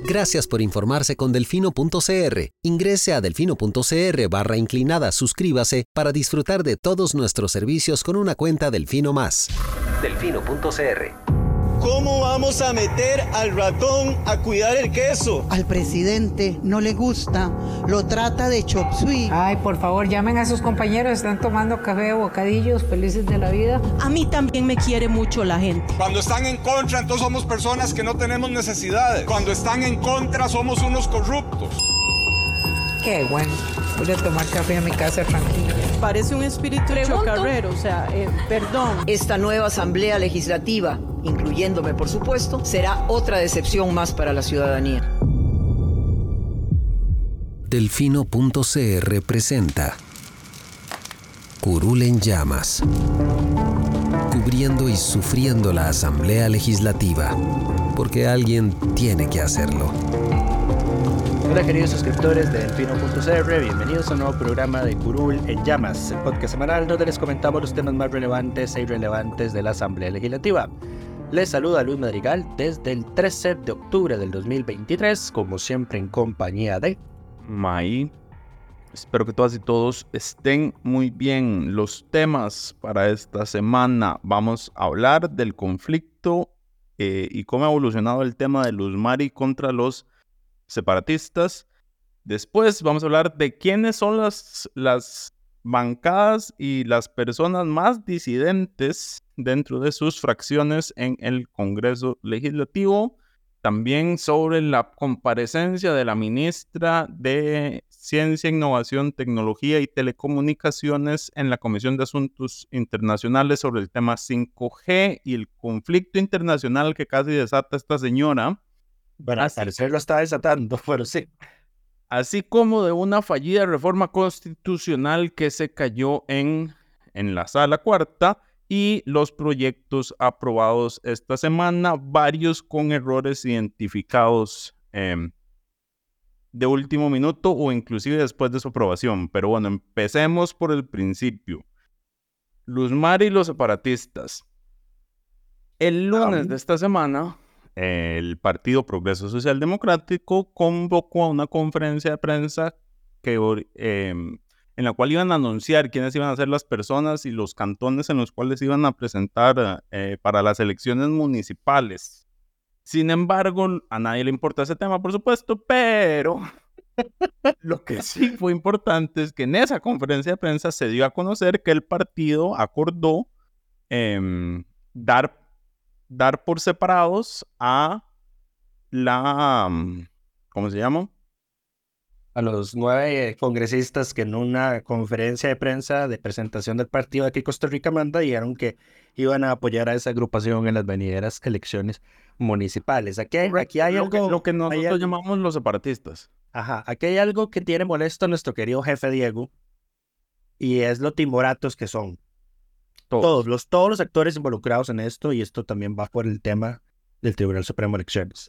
Gracias por informarse con Delfino.cr. Ingrese a Delfino.cr/inclinada, suscríbase para disfrutar de todos nuestros servicios con una cuenta Delfino Más. Delfino.cr. ¿Cómo vamos a meter al ratón a cuidar el queso? Al presidente no le gusta, lo trata de chop suey. Ay, por favor, llamen a sus compañeros, están tomando café o bocadillos, felices de la vida. A mí también me quiere mucho la gente. Cuando están en contra, entonces somos personas que no tenemos necesidades. Cuando están en contra, somos unos corruptos. Qué bueno, voy a tomar café en mi casa tranquila. Parece un espíritu chocarrero, perdón. Esta nueva Asamblea Legislativa, incluyéndome por supuesto, será otra decepción más para la ciudadanía. Delfino.cr presenta Curul en llamas, cubriendo y sufriendo la Asamblea Legislativa, porque alguien tiene que hacerlo. Hola queridos suscriptores de Delfino.cr, bienvenidos a un nuevo programa de Curul en Llamas, el podcast semanal donde les comentamos los temas más relevantes e irrelevantes de la Asamblea Legislativa. Les saluda Luis Madrigal desde el 13 de octubre del 2023, como siempre en compañía de May. Espero que todas y todos estén muy bien. Los temas para esta semana: vamos a hablar del conflicto y cómo ha evolucionado el tema de Luz Mari contra los separatistas. Después vamos a hablar de quiénes son las bancadas y las personas más disidentes dentro de sus fracciones en el Congreso Legislativo. También sobre la comparecencia de la ministra de Ciencia, Innovación, Tecnología y Telecomunicaciones en la Comisión de Asuntos Internacionales sobre el tema 5G y el conflicto internacional que casi desata esta señora. Bueno, al parecer lo está desatando, pero sí. Así como de una fallida reforma constitucional que se cayó en la sala cuarta y los proyectos aprobados esta semana, varios con errores identificados de último minuto o inclusive después de su aprobación. Pero bueno, empecemos por el principio. Luz Mari y los separatistas. El lunes de esta semana, el Partido Progreso Social Democrático convocó a una conferencia de prensa en la cual iban a anunciar quiénes iban a ser las personas y los cantones en los cuales iban a presentar para las elecciones municipales. Sin embargo, a nadie le importa ese tema, por supuesto, pero lo que sí fue importante es que en esa conferencia de prensa se dio a conocer que el partido acordó dar por separados a ¿cómo se llama? A los 9 congresistas que en una conferencia de prensa de presentación del partido de aquí Costa Rica Manda dijeron que iban a apoyar a esa agrupación en las venideras elecciones municipales. Aquí hay algo... Lo que nosotros llamamos los separatistas. Ajá, aquí hay algo que tiene molesto a nuestro querido jefe Diego, y es lo timoratos que son. Todos los actores involucrados en esto, y esto también va por el tema del Tribunal Supremo de Elecciones.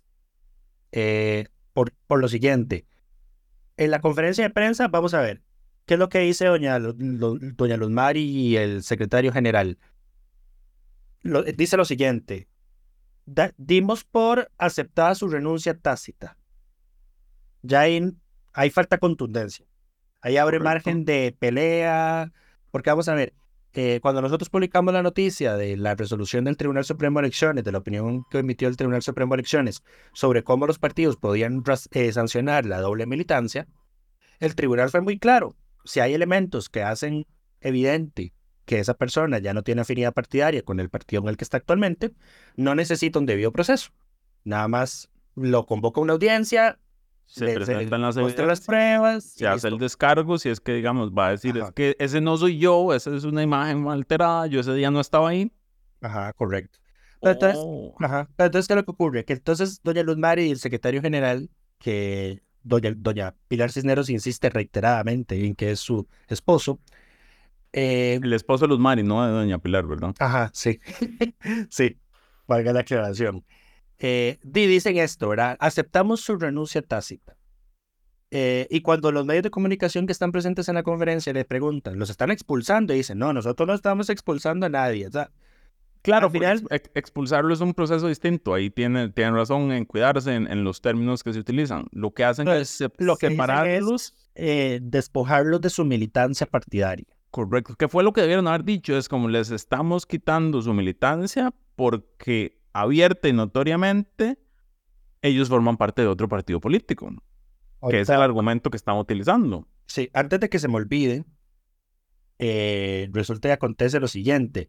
Por lo siguiente, en la conferencia de prensa vamos a ver qué es lo que dice doña Luz Mari y el secretario general. Dice lo siguiente: dimos por aceptada su renuncia tácita. Ya hay falta de contundencia. Ahí abre margen de pelea, porque vamos a ver, cuando nosotros publicamos la noticia de la resolución del Tribunal Supremo de Elecciones, de la opinión que emitió el Tribunal Supremo de Elecciones sobre cómo los partidos podían sancionar la doble militancia, el tribunal fue muy claro. Si hay elementos que hacen evidente que esa persona ya no tiene afinidad partidaria con el partido en el que está actualmente, no necesita un debido proceso. Nada más lo convoca a una audiencia, se presentan las pruebas, se hace el descargo, si es que, digamos, va a decir, es que ese no soy yo, esa es una imagen alterada, yo ese día no estaba ahí. Ajá, correcto. Pero entonces, ¿qué es lo que ocurre? Que entonces doña Luz Mari y el secretario general, que doña Pilar Cisneros insiste reiteradamente en que es su esposo. El esposo de Luz Mari, no de doña Pilar, ¿verdad? Ajá, sí. Sí, valga la aclaración. Dicen esto, ¿verdad? Aceptamos su renuncia tácita. Y cuando los medios de comunicación que están presentes en la conferencia le preguntan, ¿los están expulsando? Y dicen, no, nosotros no estamos expulsando a nadie. O sea, Claro, al final, expulsarlo es un proceso distinto. Ahí tienen razón en cuidarse en los términos que se utilizan. Lo que hacen es lo que separarlos. Despojarlos de su militancia partidaria. Correcto. ¿Qué fue lo que debieron haber dicho? Es como les estamos quitando su militancia porque abierta y notoriamente ellos forman parte de otro partido político, ¿no? Que es el argumento que están utilizando. Sí, antes de que se me olvide, resulta y acontece lo siguiente,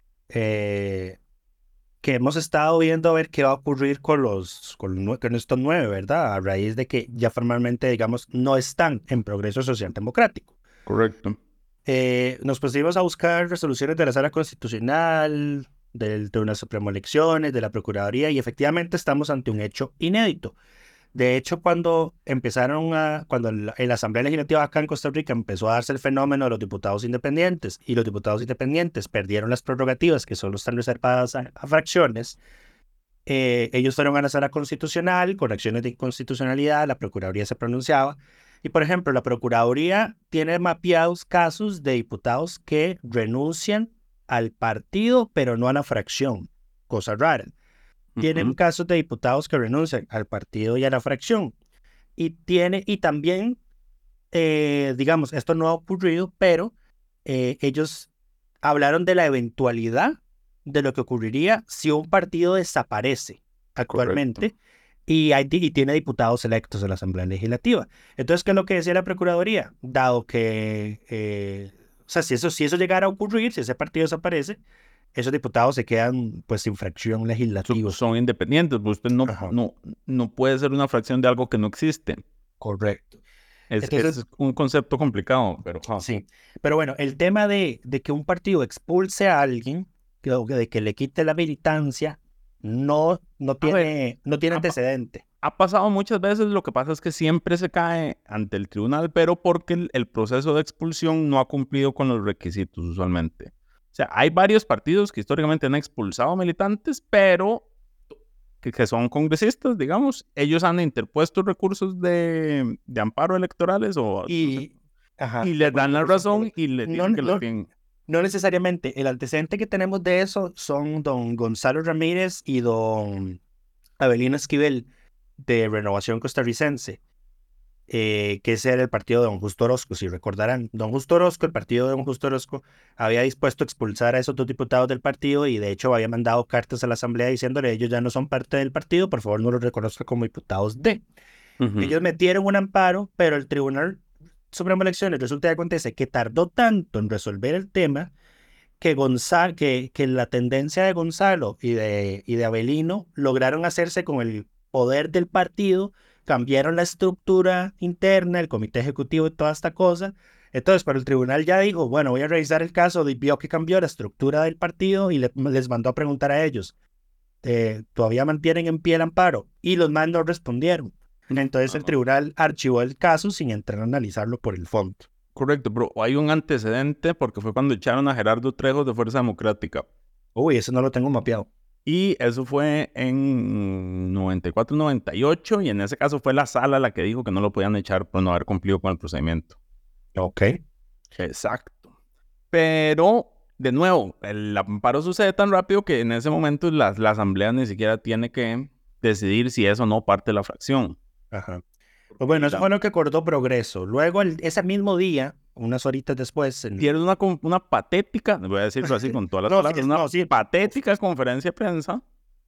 que hemos estado viendo a ver qué va a ocurrir con estos 9, ¿verdad? A raíz de que ya formalmente, digamos, no están en Progreso Social Democrático. Correcto. Nos pusimos a buscar resoluciones de la Sala Constitucional, del Tribunal Supremo de Elecciones, de la Procuraduría, y efectivamente estamos ante un hecho inédito. De hecho, cuando en la Asamblea Legislativa acá en Costa Rica empezó a darse el fenómeno de los diputados independientes, y los diputados independientes perdieron las prerrogativas que solo están reservadas a fracciones, ellos fueron a la Sala Constitucional con acciones de inconstitucionalidad, la Procuraduría se pronunciaba, y por ejemplo, la Procuraduría tiene mapeados casos de diputados que renuncian al partido, pero no a la fracción, cosa rara. Tienen casos de diputados que renuncian al partido y a la fracción. Y también, digamos, esto no ha ocurrido, pero ellos hablaron de la eventualidad de lo que ocurriría si un partido desaparece actualmente y tiene diputados electos en la Asamblea Legislativa. Entonces, ¿qué es lo que decía la Procuraduría? Dado que, si eso llegara a ocurrir, si ese partido desaparece, esos diputados se quedan pues sin fracción legislativa. Son independientes, pues usted no puede ser una fracción de algo que no existe. Correcto. Entonces, es un concepto complicado, pero... Sí, pero bueno, el tema de que un partido expulse a alguien, de que le quite la militancia, no tiene antecedente. Ha pasado muchas veces, lo que pasa es que siempre se cae ante el tribunal, pero porque el proceso de expulsión no ha cumplido con los requisitos usualmente. O sea, hay varios partidos que históricamente han expulsado militantes, pero que son congresistas, digamos, ellos han interpuesto recursos de amparo electorales y les dan la razón y les dicen que lo tienen. No necesariamente. El antecedente que tenemos de eso son don Gonzalo Ramírez y don Avelino Esquivel de Renovación Costarricense, que ese era el partido de don Justo Orozco, si recordarán. El partido de don Justo Orozco había dispuesto a expulsar a esos 2 diputados del partido y de hecho había mandado cartas a la asamblea diciéndole ellos ya no son parte del partido, por favor no los reconozca como diputados de. Ellos metieron un amparo, pero el Tribunal Supremo de Elecciones resulta que acontece que tardó tanto en resolver el tema que la tendencia de Gonzalo y de Avelino lograron hacerse con el poder del partido, cambiaron la estructura interna, el comité ejecutivo y toda esta cosa. Entonces, pero el tribunal ya dijo, bueno, voy a revisar el caso, vio que cambió la estructura del partido y les mandó a preguntar a ellos, ¿todavía mantienen en pie el amparo? Y los más no respondieron. Entonces el tribunal archivó el caso sin entrar a analizarlo por el fondo. Correcto, pero hay un antecedente porque fue cuando echaron a Gerardo Trejos de Fuerza Democrática. Uy, eso no lo tengo mapeado. Y eso fue en 94-98 y en ese caso fue la sala la que dijo que no lo podían echar por no haber cumplido con el procedimiento. Ok. Exacto. Pero, de nuevo, el amparo sucede tan rápido que en ese momento la asamblea ni siquiera tiene que decidir si es o no parte de la fracción. Ajá. Pues bueno, eso fue lo que acordó Progreso. Luego, ese mismo día, unas horitas después... Tiene una patética, voy a decirlo así con todas las palabras, patética conferencia de prensa,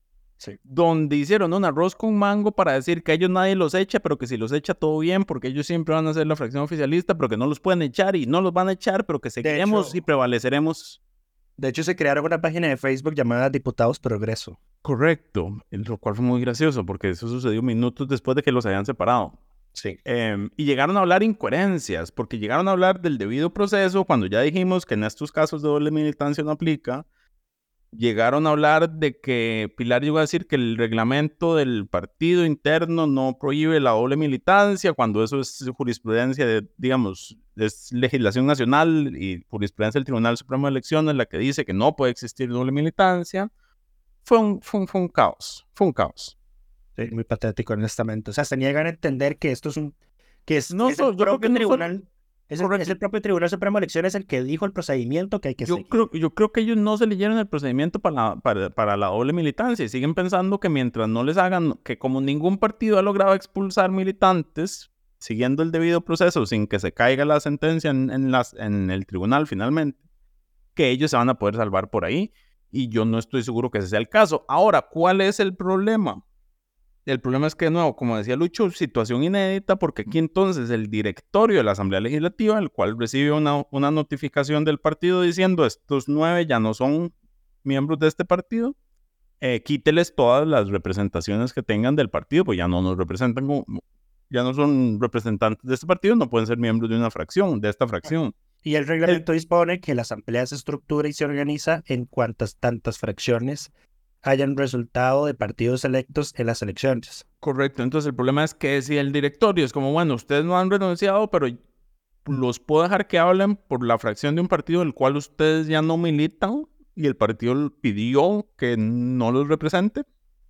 donde hicieron un arroz con mango para decir que ellos nadie los echa, pero que si los echa todo bien, porque ellos siempre van a ser la fracción oficialista, pero que no los pueden echar y no los van a echar, pero que seguiremos y prevaleceremos. De hecho, se crearon una página de Facebook llamada Diputados Progreso. Correcto, lo cual fue muy gracioso, porque eso sucedió minutos después de que los habían separado. Sí. Y llegaron a hablar incoherencias, porque llegaron a hablar del debido proceso, cuando ya dijimos que en estos casos de doble militancia no aplica. Llegaron a hablar de que Pilar llegó a decir que el reglamento del partido interno no prohíbe la doble militancia, cuando eso es jurisprudencia digamos, es legislación nacional y jurisprudencia del Tribunal Supremo de Elecciones la que dice que no puede existir doble militancia. Fue un caos, fue un caos. Sí, muy patético, honestamente. O sea, se niegan a entender que esto es un... el propio tribunal... Es el propio Tribunal Supremo de Elecciones el que dijo el procedimiento que hay que seguir. Yo creo que ellos no se leyeron el procedimiento para la doble militancia y siguen pensando que mientras no les hagan, que como ningún partido ha logrado expulsar militantes, siguiendo el debido proceso sin que se caiga la sentencia en el tribunal finalmente, que ellos se van a poder salvar por ahí. Y yo no estoy seguro que ese sea el caso. Ahora, ¿cuál es el problema? El problema es que, de nuevo, como decía Lucho, situación inédita, porque aquí entonces el directorio de la Asamblea Legislativa, el cual recibe una notificación del partido diciendo estos 9 ya no son miembros de este partido, quíteles todas las representaciones que tengan del partido, pues ya no nos representan, ya no son representantes de este partido, no pueden ser miembros de una fracción, de esta fracción. Y el reglamento dispone que la Asamblea se estructura y se organiza en cuantas tantas fracciones hayan resultado de partidos electos en las elecciones. Correcto, entonces el problema es que si el directorio es como, bueno, ustedes no han renunciado, pero los puedo dejar que hablen por la fracción de un partido del cual ustedes ya no militan y el partido pidió que no los represente,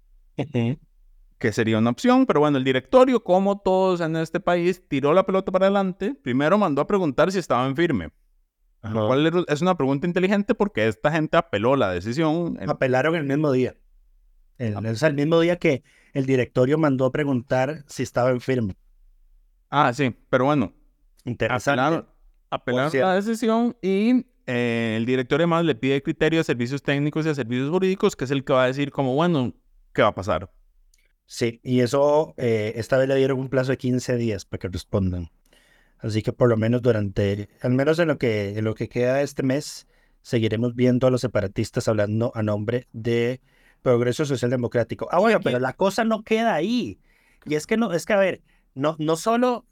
que sería una opción, pero bueno, el directorio, como todos en este país, tiró la pelota para adelante, primero mandó a preguntar si estaban firme. Lo cual es una pregunta inteligente porque esta gente apeló la decisión. Apelaron el mismo día. El mismo día que el directorio mandó a preguntar si estaban firmes. Ah, sí, pero bueno. Interesante. Apelaron la decisión y el directorio además le pide criterio a servicios técnicos y a servicios jurídicos, que es el que va a decir como, bueno, ¿qué va a pasar? Sí, y eso esta vez le dieron un plazo de 15 días para que respondan. Así que por lo menos al menos en lo que queda de este mes, seguiremos viendo a los separatistas hablando a nombre de Progreso Social Democrático. Ah, bueno, pero la cosa no queda ahí. Y es que a ver, no solo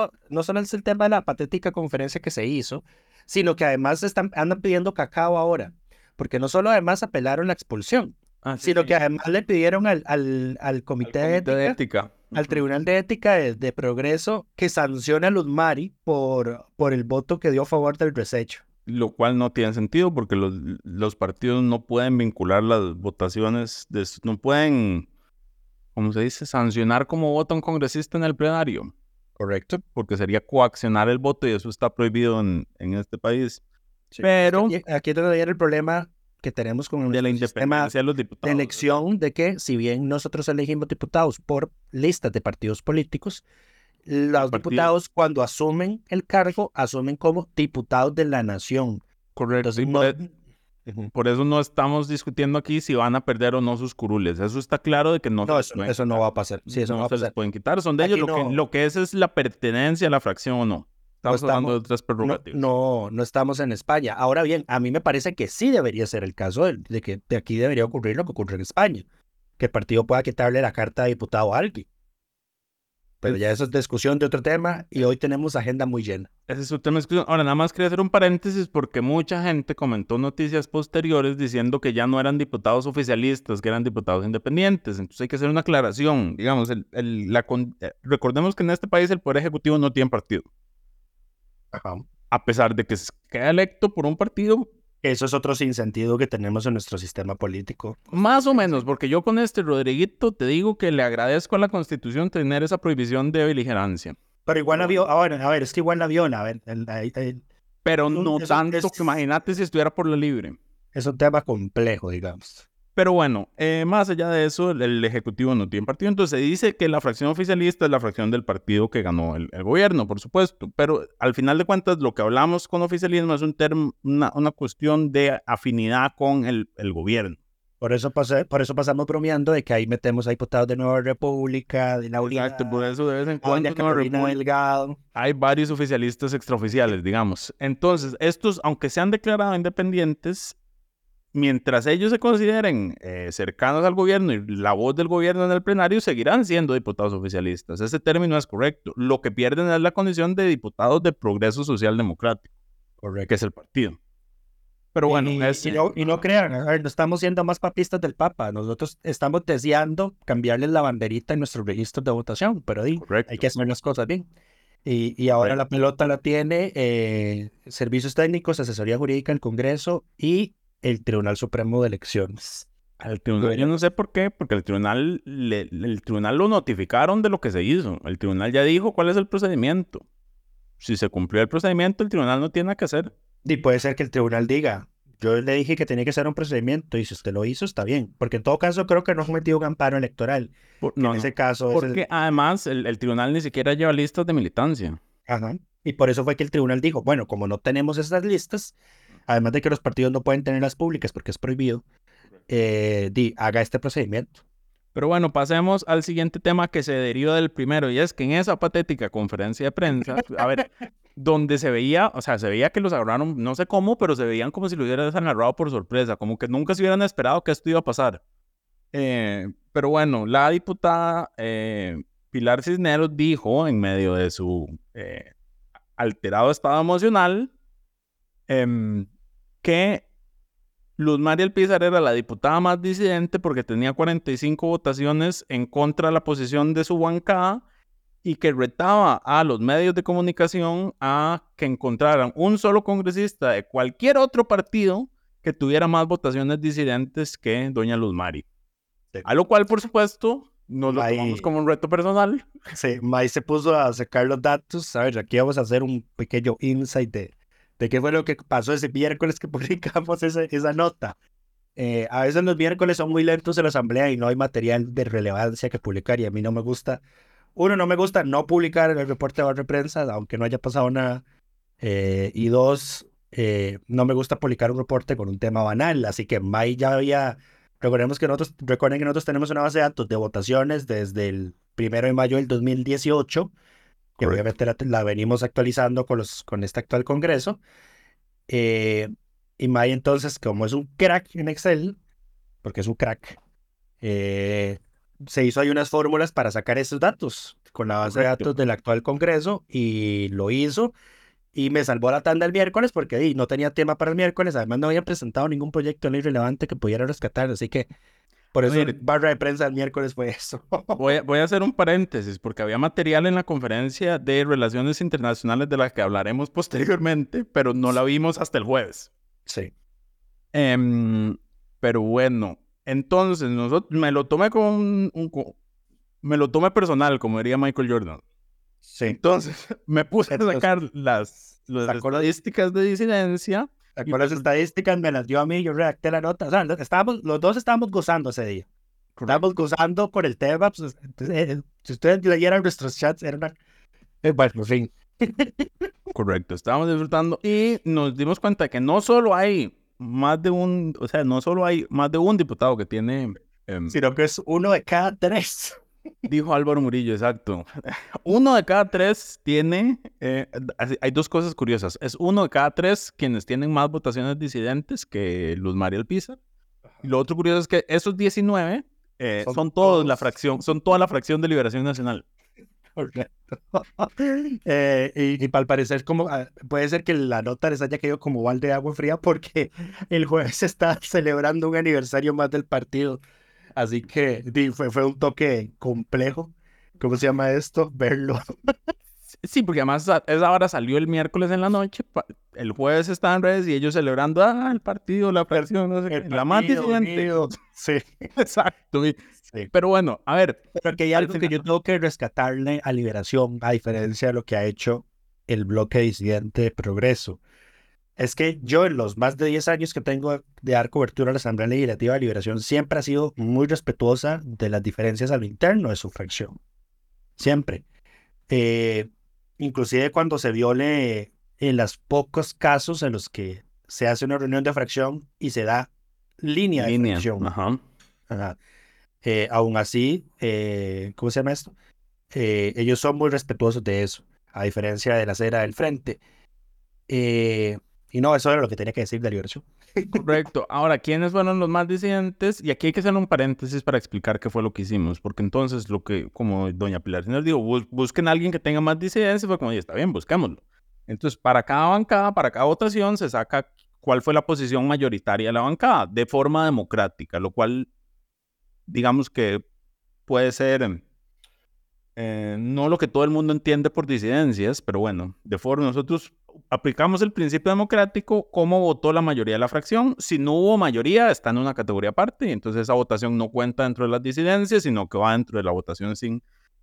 es el tema de la patética conferencia que se hizo, sino que además andan pidiendo cacao ahora. Porque no solo además apelaron la expulsión, sino que además le pidieron al comité de ética. Al Tribunal de Ética de Progreso que sanciona a Luz Mari por el voto que dio a favor del resecho. Lo cual no tiene sentido porque los partidos no pueden vincular las votaciones, no pueden, ¿cómo se dice?, sancionar como vota un congresista en el plenario. Correcto. Porque sería coaccionar el voto y eso está prohibido en este país. Sí. Pero aquí es donde viene el problema que tenemos con de la independencia de los diputados. De elección, de que si bien nosotros elegimos diputados por listas de partidos políticos, los diputados cuando asumen el cargo, asumen como diputados de la nación. Correcto. Sí, por eso no estamos discutiendo aquí si van a perder o no sus curules. Eso está claro de que no. No, eso no va a pasar. Sí, eso no va a pasar. Se les pueden quitar. Son de ellos. Lo que es la pertenencia a la fracción o no. Estamos hablando de otras prerrogativas. No estamos en España. Ahora bien, a mí me parece que sí debería ser el caso de que de aquí debería ocurrir lo que ocurre en España. Que el partido pueda quitarle la carta de diputado a alguien. Pero ya eso es discusión de otro tema y hoy tenemos agenda muy llena. Ese es un tema de discusión. Ahora, nada más quería hacer un paréntesis porque mucha gente comentó noticias posteriores diciendo que ya no eran diputados oficialistas, que eran diputados independientes. Entonces hay que hacer una aclaración. Digamos, recordemos que en este país el Poder Ejecutivo no tiene partido. Ajá. A pesar de que queda electo por un partido. Eso es otro sinsentido que tenemos en nuestro sistema político. Más o menos, porque yo con Rodriguito te digo que le agradezco a la Constitución tener esa prohibición de beligerancia. Pero igual la vio, ahora, a ver, es que igual la vio, a ver. Pero no tanto que imagínate si estuviera por la libre. Es un tema complejo, digamos. Pero bueno, más allá de eso, el Ejecutivo no tiene partido. Entonces se dice que la fracción oficialista es la fracción del partido que ganó el gobierno, por supuesto. Pero al final de cuentas, lo que hablamos con oficialismo es una cuestión de afinidad con el gobierno. Por eso pasamos bromeando de que ahí metemos a diputados de Nueva República, de la Unidad. Exacto, por eso de vez en cuando de Carolina Delgado. Hay varios oficialistas extraoficiales, digamos. Entonces, estos, aunque se han declarado independientes, mientras ellos se consideren cercanos al gobierno y la voz del gobierno en el plenario, seguirán siendo diputados oficialistas. Ese término es correcto. Lo que pierden es la condición de diputados de Progreso Social Democrático, correcto, que es el partido. Pero bueno, y no crean, a ver, no estamos siendo más papistas del Papa. Nosotros estamos deseando cambiarles la banderita en nuestros registros de votación, pero hay que hacer las cosas bien. Y ahora la pelota la tiene Servicios Técnicos, Asesoría Jurídica del Congreso y el Tribunal Supremo de Elecciones. Al tribunal, yo no sé por qué, porque el tribunal lo notificaron de lo que se hizo. El tribunal ya dijo cuál es el procedimiento. si se cumplió el procedimiento, el tribunal no tiene nada que hacer. Y puede ser que el tribunal diga, yo le dije que tenía que ser un procedimiento y si usted lo hizo, está bien. Porque en todo caso creo que no ha cometido un amparo electoral. En ese caso... Porque además el tribunal ni siquiera lleva listas de militancia. Ajá. Y por eso fue que el tribunal dijo, bueno, como no tenemos esas listas, además de que los partidos no pueden tenerlas públicas porque es prohibido, haga este procedimiento. Pero bueno, pasemos al siguiente tema que se deriva del primero, y es que en esa patética conferencia de prensa, a ver, donde se veía que los agarraron, no sé cómo, pero se veían como si lo hubieran narrado por sorpresa, como que nunca se hubieran esperado que esto iba a pasar. Pero bueno, la diputada Pilar Cisneros dijo, en medio de su alterado estado emocional, que Luz Mari Alpizar era la diputada más disidente porque tenía 45 votaciones en contra de la posición de su bancada y que retaba a los medios de comunicación a que encontraran un solo congresista de cualquier otro partido que tuviera más votaciones disidentes que doña Luz Mari. Sí. A lo cual, por supuesto, nos lo tomamos como un reto personal. Sí, May se puso a sacar los datos. A ver, aquí vamos a hacer un pequeño insight de qué fue lo que pasó ese miércoles que publicamos esa nota. A veces los miércoles son muy lentos en la asamblea y no hay material de relevancia que publicar y a mí no me gusta. Uno, no me gusta no publicar el reporte de barra de prensa, aunque no haya pasado nada. Y dos, no me gusta publicar un reporte con un tema banal. Así que May ya había... Recuerden que nosotros tenemos una base de datos de votaciones desde el 1 de mayo del 2018, que obviamente la venimos actualizando con este actual congreso. Y May entonces, como es un crack en Excel, porque es un crack, se hizo ahí unas fórmulas para sacar esos datos con la base de datos del actual congreso y lo hizo y me salvó la tanda el miércoles porque no tenía tema para el miércoles, además no había presentado ningún proyecto de ley relevante que pudiera rescatar, así que por eso barra de prensa el miércoles fue eso. Voy a hacer un paréntesis, porque había material en la conferencia de Relaciones Internacionales de la que hablaremos posteriormente, pero no la vimos hasta el jueves. Sí. Pero bueno, entonces me lo tomé me lo tomé personal, como diría Michael Jordan. Sí. Entonces me puse a sacar las estadísticas de disidencia. Sacó las estadísticas, me las dio a mí, yo redacté la nota. O sea, los dos estábamos gozando ese día. Estábamos gozando por el tema. Pues, si ustedes leyeran nuestros chats, era una... bueno, en fin. Correcto, estábamos disfrutando y nos dimos cuenta que no solo hay más de un diputado que tiene... sino que es 1 de cada 3. Dijo Álvaro Murillo, exacto. 1 de cada 3 tiene... hay dos cosas curiosas. Es 1 de cada 3 quienes tienen más votaciones disidentes que Luz Mari Alpizar. Y lo otro curioso es que esos 19 son toda la fracción de Liberación Nacional. Correcto. Y al parecer puede ser que la nota les haya caído como balde de agua fría porque el jueves se está celebrando un aniversario más del partido. Así que fue un toque complejo. ¿Cómo se llama esto? Verlo. Sí, porque además esa hora salió el miércoles en la noche. El jueves estaban en redes y ellos celebrando el partido, la fracción, no sé qué. La más disidente. Sí. Exacto. Sí. Pero bueno, a ver. Pero que hay algo que yo tengo que rescatarle a Liberación, a diferencia de lo que ha hecho el bloque disidente de Progreso. Es que yo en los más de 10 años que tengo de dar cobertura a la Asamblea Legislativa de Liberación siempre ha sido muy respetuosa de las diferencias a lo interno de su fracción. Siempre. Inclusive cuando se viole en los pocos casos en los que se hace una reunión de fracción y se da línea de fracción. Ajá. Ajá. Aún así, ¿cómo se llama esto? Ellos son muy respetuosos de eso, a diferencia de la acera del frente. Y no, eso era lo que tenía que decir de Liberación. Correcto. Ahora, ¿quiénes fueron los más disidentes? Y aquí hay que hacer un paréntesis para explicar qué fue lo que hicimos, porque entonces como doña Pilar nos dijo, busquen a alguien que tenga más disidencia, fue como, está bien, busquémoslo. Entonces, para cada bancada, para cada votación, se saca cuál fue la posición mayoritaria de la bancada, de forma democrática, lo cual, digamos que puede ser... no lo que todo el mundo entiende por disidencias, pero bueno, nosotros aplicamos el principio democrático, cómo votó la mayoría de la fracción. Si no hubo mayoría, está en una categoría aparte, y entonces esa votación no cuenta dentro de las disidencias, sino que va dentro de la votación sin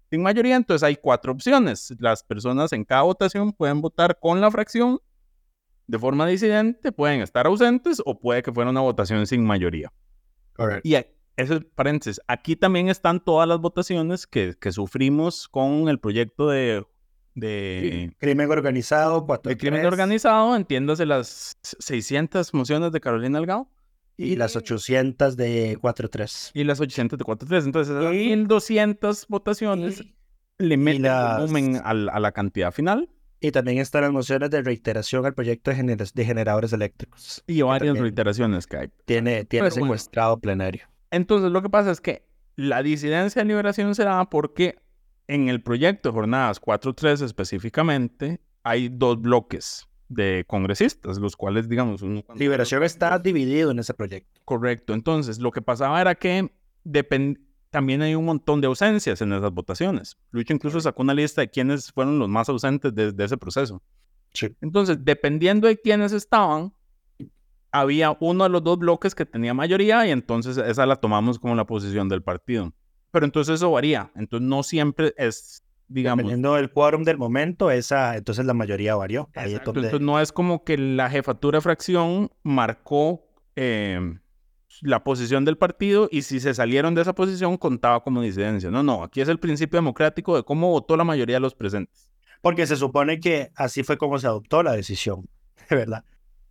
sin mayoría, entonces hay 4 opciones. Las personas en cada votación pueden votar con la fracción de forma disidente, pueden estar ausentes o puede que fuera una votación sin mayoría. Correcto. Y eso es paréntesis. Aquí también están todas las votaciones que sufrimos con el proyecto de crimen organizado, 4-3. De crimen organizado, entiéndase las 600 mociones de Carolina Delgado. Y las 800 de 4-3. Y las 800 de 4-3. Entonces, esas 1200 votaciones le meten volumen a la cantidad final. Y también están las mociones de reiteración al proyecto de generadores eléctricos. Y varias reiteraciones que hay. Tiene secuestrado plenario. Entonces, lo que pasa es que la disidencia de liberación se da porque en el proyecto de jornadas 4-3 específicamente hay 2 bloques de congresistas, los cuales, digamos... Liberación está dividido en ese proyecto. Correcto. Entonces, lo que pasaba era que también hay un montón de ausencias en esas votaciones. Lucho incluso sacó una lista de quiénes fueron los más ausentes de ese proceso. Sí. Entonces, dependiendo de quiénes estaban, había uno de los 2 bloques que tenía mayoría y entonces esa la tomamos como la posición del partido. Pero entonces eso varía. Entonces, no siempre es... digamos, dependiendo del quórum del momento, entonces la mayoría varió. Entonces no es como que la jefatura de fracción marcó la posición del partido y si se salieron de esa posición contaba como disidencia. No, aquí es el principio democrático de cómo votó la mayoría de los presentes. Porque se supone que así fue como se adoptó la decisión, ¿verdad?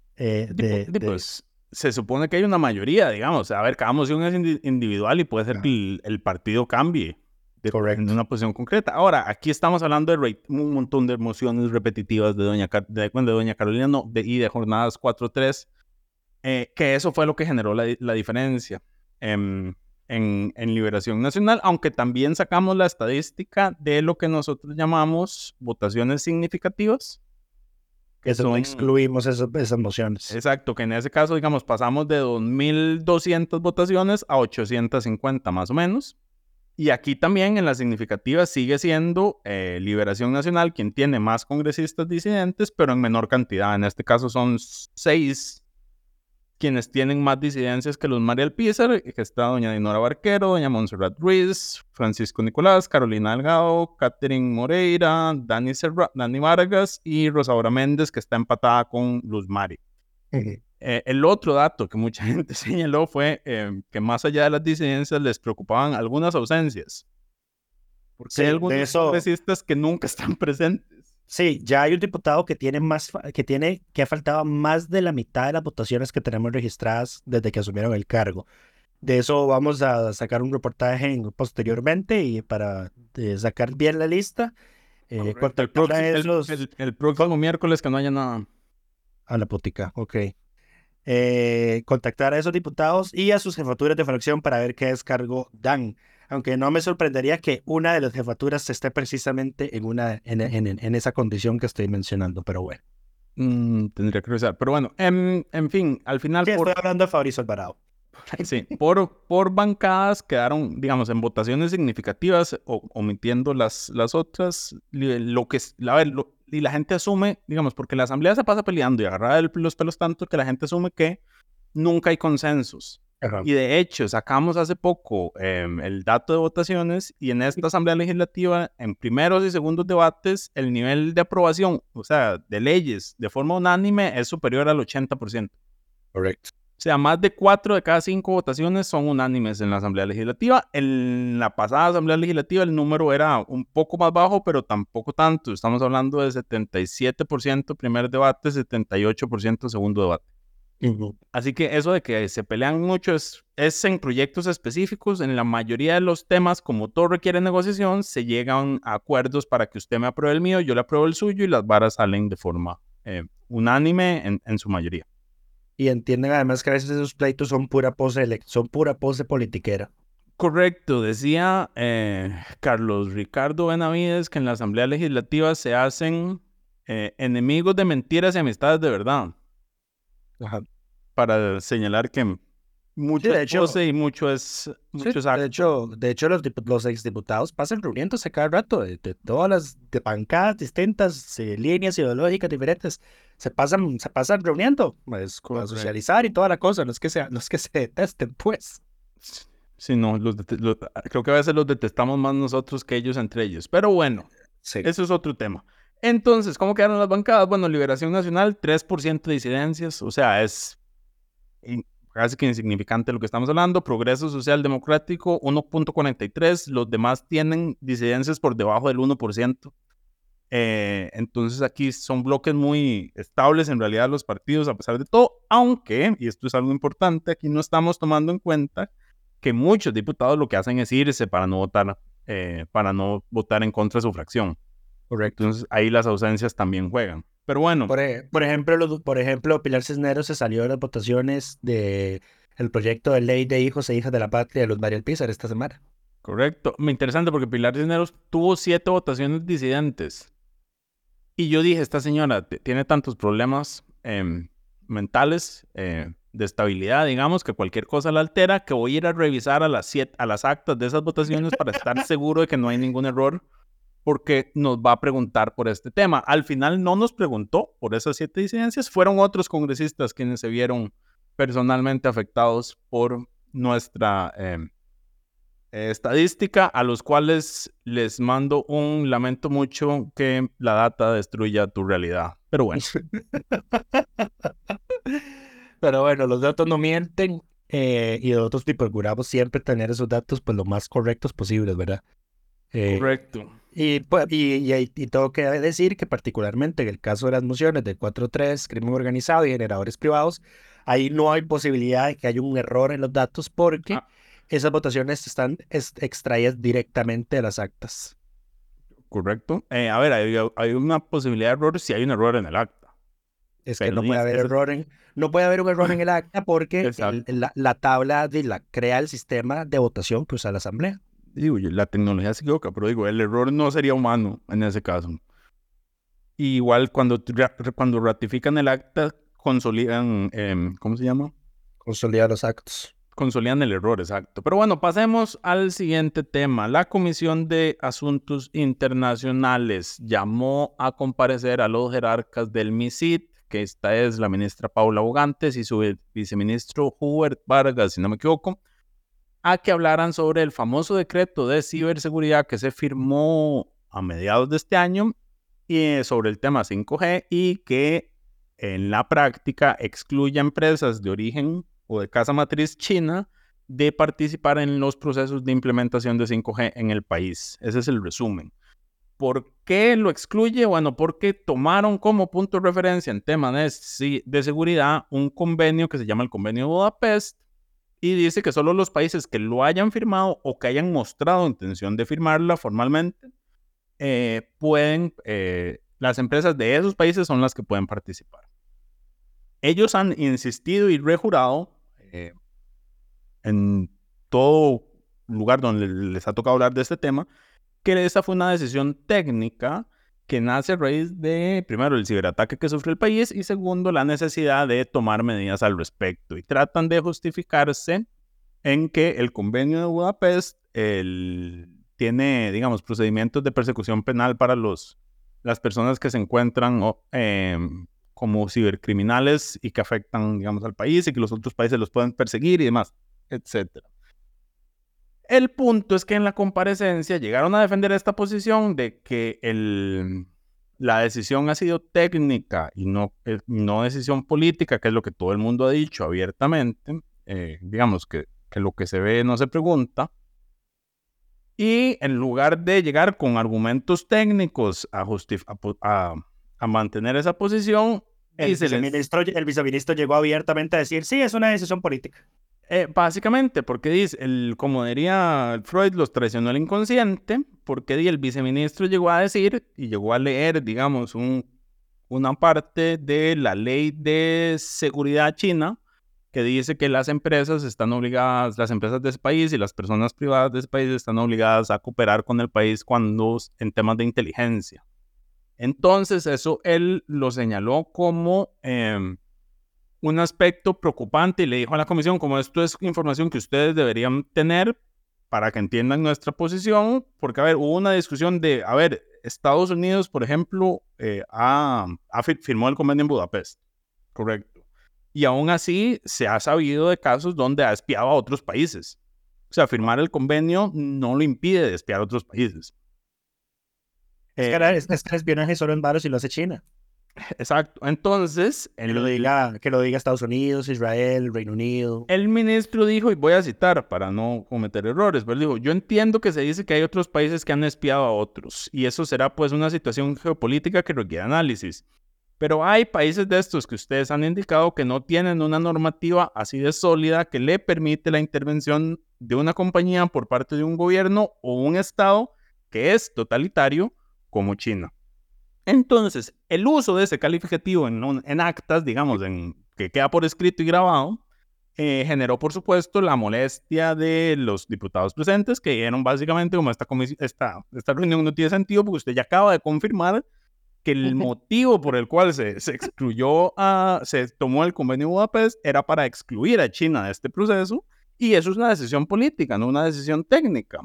Pues se supone que hay una mayoría, digamos. A ver, cada moción es individual y puede ser que el partido cambie. Correcto. En una posición concreta. Ahora, aquí estamos hablando de un montón de mociones repetitivas de doña Carolina y de jornadas 4-3, que eso fue lo que generó la diferencia en Liberación Nacional, aunque también sacamos la estadística de lo que nosotros llamamos votaciones significativas. Excluimos esas mociones. Exacto, que en ese caso, digamos, pasamos de 2.200 votaciones a 850 más o menos. Y aquí también en la significativa sigue siendo Liberación Nacional quien tiene más congresistas disidentes, pero en menor cantidad. En este caso son 6 quienes tienen más disidencias que los María Alpizar, que está doña Dinora Barquero, doña Montserrat Ruiz, Francisco Nicolás, Carolina Delgado, Catherine Moreira, Dani Vargas y Rosaura Méndez, que está empatada con Luz Mari. El otro dato que mucha gente señaló fue que más allá de las disidencias les preocupaban algunas ausencias. Porque hay algunos congresistas que nunca están presentes. Sí, ya hay un diputado que ha faltado más de la mitad de las votaciones que tenemos registradas desde que asumieron el cargo. De eso vamos a sacar un reportaje posteriormente y para sacar bien la lista. El próximo miércoles que no haya nada. A la putica, ok. Contactar a esos diputados y a sus jefaturas de fracción para ver qué descargo dan. Aunque no me sorprendería que una de las jefaturas esté precisamente en esa condición que estoy mencionando, pero bueno. Tendría que revisar. Pero bueno, en fin, al final... Sí, estoy hablando de Fabricio Alvarado. Sí, por bancadas quedaron, digamos, en votaciones significativas, omitiendo las otras, y la gente asume, digamos, porque la asamblea se pasa peleando y agarra los pelos tanto que la gente asume que nunca hay consensos. Ajá. Y de hecho, sacamos hace poco el dato de votaciones y en esta asamblea legislativa, en primeros y segundos debates, el nivel de aprobación, o sea, de leyes de forma unánime es superior al 80%. Correcto. O sea, más de 4 de cada 5 votaciones son unánimes en la Asamblea Legislativa. En la pasada Asamblea Legislativa el número era un poco más bajo, pero tampoco tanto. Estamos hablando de 77% primer debate, 78% segundo debate. Así que eso de que se pelean mucho es en proyectos específicos. En la mayoría de los temas, como todo requiere negociación, se llegan a acuerdos para que usted me apruebe el mío, yo le apruebo el suyo y las varas salen de forma unánime en su mayoría. Y entienden además que a veces esos pleitos son pura pose politiquera. Correcto, decía Carlos Ricardo Benavides que en la Asamblea Legislativa se hacen enemigos de mentiras y amistades de verdad. Ajá. Para señalar que mucho es pose y mucho es acto. De hecho los exdiputados pasan reuniéndose cada rato de todas las bancadas distintas, líneas ideológicas diferentes. Se pasan reuniendo, pues, a socializar y toda la cosa. No es que se detesten, pues. Sí, no, creo que a veces los detestamos más nosotros que ellos entre ellos. Pero bueno, Sí. eso es otro tema. Entonces, ¿cómo quedaron las bancadas? Bueno, Liberación Nacional, 3% de disidencias. O sea, es casi que insignificante lo que estamos hablando. Progreso Social Democrático, 1.43. Los demás tienen disidencias por debajo del 1%. Entonces aquí son bloques muy estables en realidad los partidos a pesar de todo, aunque, y esto es algo importante, aquí no estamos tomando en cuenta que muchos diputados lo que hacen es irse para no votar en contra de su fracción. Correcto. Entonces ahí las ausencias también juegan. Pero bueno. Por ejemplo, Pilar Cisneros se salió de las votaciones del proyecto de ley de hijos e hijas de la patria de Luz María Alpizar esta semana. Correcto. Muy interesante porque Pilar Cisneros tuvo 7 votaciones disidentes. Y yo dije, esta señora tiene tantos problemas mentales, de estabilidad, digamos, que cualquier cosa la altera, que voy a ir a revisar a las actas de esas votaciones para estar seguro de que no hay ningún error, porque nos va a preguntar por este tema. Al final no nos preguntó por esas 7 disidencias, fueron otros congresistas quienes se vieron personalmente afectados por nuestra estadística, a los cuales les mando un lamento mucho que la data destruya tu realidad. Pero bueno. Pero bueno, los datos no mienten y nosotros procuramos siempre tener esos datos pues lo más correctos posibles, ¿verdad? Correcto. Y tengo que decir que particularmente en el caso de las mociones del 4.3, crimen organizado y generadores privados, ahí no hay posibilidad de que haya un error en los datos porque esas votaciones están extraídas directamente de las actas. Correcto. A ver, hay una posibilidad de error si hay un error en el acta. Es que no puede haber un error en el acta porque la tabla la crea el sistema de votación que usa la Asamblea. Digo, la tecnología se equivoca, pero digo, el error no sería humano en ese caso. Y igual cuando ratifican el acta, consolidan, ¿cómo se llama? Consolidan los actos. Consolidan el error, exacto. Pero bueno, pasemos al siguiente tema. La Comisión de Asuntos Internacionales llamó a comparecer a los jerarcas del MISID, que esta es la ministra Paula Bogantes y su viceministro Hubert Vargas, si no me equivoco, a que hablaran sobre el famoso decreto de ciberseguridad que se firmó a mediados de este año y sobre el tema 5G y que en la práctica excluye a empresas de origen o de casa matriz china de participar en los procesos de implementación de 5G en el país. Ese es el resumen. ¿Por qué lo excluye? Bueno, porque tomaron como punto de referencia en temas de seguridad un convenio que se llama el Convenio de Budapest y dice que solo los países que lo hayan firmado o que hayan mostrado intención de firmarla formalmente pueden, las empresas de esos países son las que pueden participar. Ellos han insistido y rejurado en todo lugar donde les ha tocado hablar de este tema, que esa fue una decisión técnica que nace a raíz de, primero, el ciberataque que sufrió el país y segundo, la necesidad de tomar medidas al respecto. Y tratan de justificarse en que el Convenio de Budapest tiene, digamos, procedimientos de persecución penal para las personas que se encuentran como cibercriminales y que afectan, digamos, al país y que los otros países los pueden perseguir y demás, etc. El punto es que en la comparecencia llegaron a defender esta posición de que la decisión ha sido técnica y no decisión política, que es lo que todo el mundo ha dicho abiertamente. Digamos que lo que se ve no se pregunta. Y en lugar de llegar con argumentos técnicos a mantener esa posición, el viceministro llegó abiertamente a decir, sí, es una decisión política. Básicamente, porque dice, como diría Freud, los traicionó el inconsciente, porque el viceministro llegó a decir y llegó a leer, digamos, una parte de la ley de seguridad china que dice que las empresas de ese país y las personas privadas de ese país están obligadas a cooperar con el país en temas de inteligencia. Entonces, eso él lo señaló como un aspecto preocupante y le dijo a la comisión, como esto es información que ustedes deberían tener para que entiendan nuestra posición, porque, hubo una discusión de, Estados Unidos, por ejemplo, firmó el convenio en Budapest, correcto, y aún así se ha sabido de casos donde ha espiado a otros países, O sea, firmar el convenio no lo impide de espiar a otros países. Es que el espionaje solo en varos y lo hace China. Exacto. Entonces, Que lo diga Estados Unidos, Israel, Reino Unido. el ministro dijo, y voy a citar para no cometer errores, pero dijo, yo entiendo que se dice que hay otros países que han espiado a otros, y eso será pues una situación geopolítica que requiere análisis. Pero hay países de estos que ustedes han indicado que no tienen una normativa así de sólida que le permite la intervención de una compañía por parte de un gobierno o un estado que es totalitario como China. Entonces, el uso de ese calificativo en actas, digamos, que queda por escrito y grabado, generó, por supuesto, la molestia de los diputados presentes, que dijeron básicamente como esta reunión no tiene sentido porque usted ya acaba de confirmar que el motivo por el cual se tomó el convenio de Budapest era para excluir a China de este proceso, y eso es una decisión política, no una decisión técnica.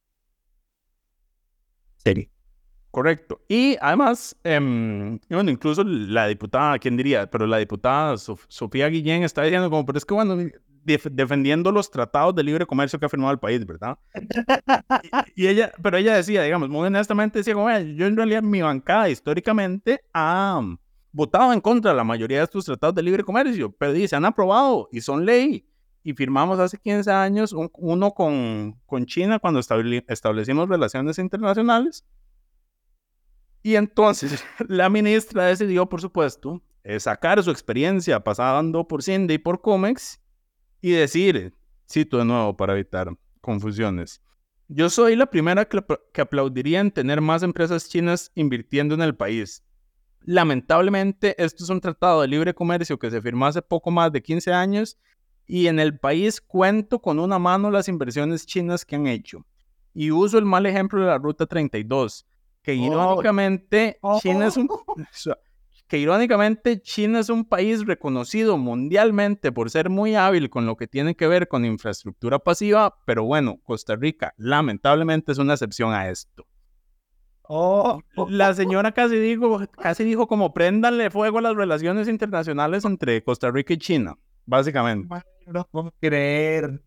Serio. Correcto. Y además, bueno, incluso la diputada, ¿quién diría? Pero la diputada Sofía Guillén está diciendo como, pero es que bueno, defendiendo los tratados de libre comercio que ha firmado el país, ¿verdad? Pero ella decía, digamos, muy honestamente, decía como, yo en realidad mi bancada históricamente ha votado en contra de la mayoría de estos tratados de libre comercio, pero se han aprobado y son ley. Y firmamos hace 15 años uno con China cuando establecimos relaciones internacionales. Y entonces la ministra decidió, por supuesto, sacar su experiencia pasando por Cinde y por Comex y decir, cito de nuevo para evitar confusiones, yo soy la primera que aplaudiría en tener más empresas chinas invirtiendo en el país. Lamentablemente, esto es un tratado de libre comercio que se firmó hace poco más de 15 años y en el país cuento con una mano las inversiones chinas que han hecho. Y uso el mal ejemplo de la Ruta 32, que irónicamente China es un país reconocido mundialmente por ser muy hábil con lo que tiene que ver con infraestructura pasiva, pero bueno, Costa Rica lamentablemente es una excepción a esto. La señora casi dijo como préndanle fuego a las relaciones internacionales entre Costa Rica y China, básicamente. No puedo creer.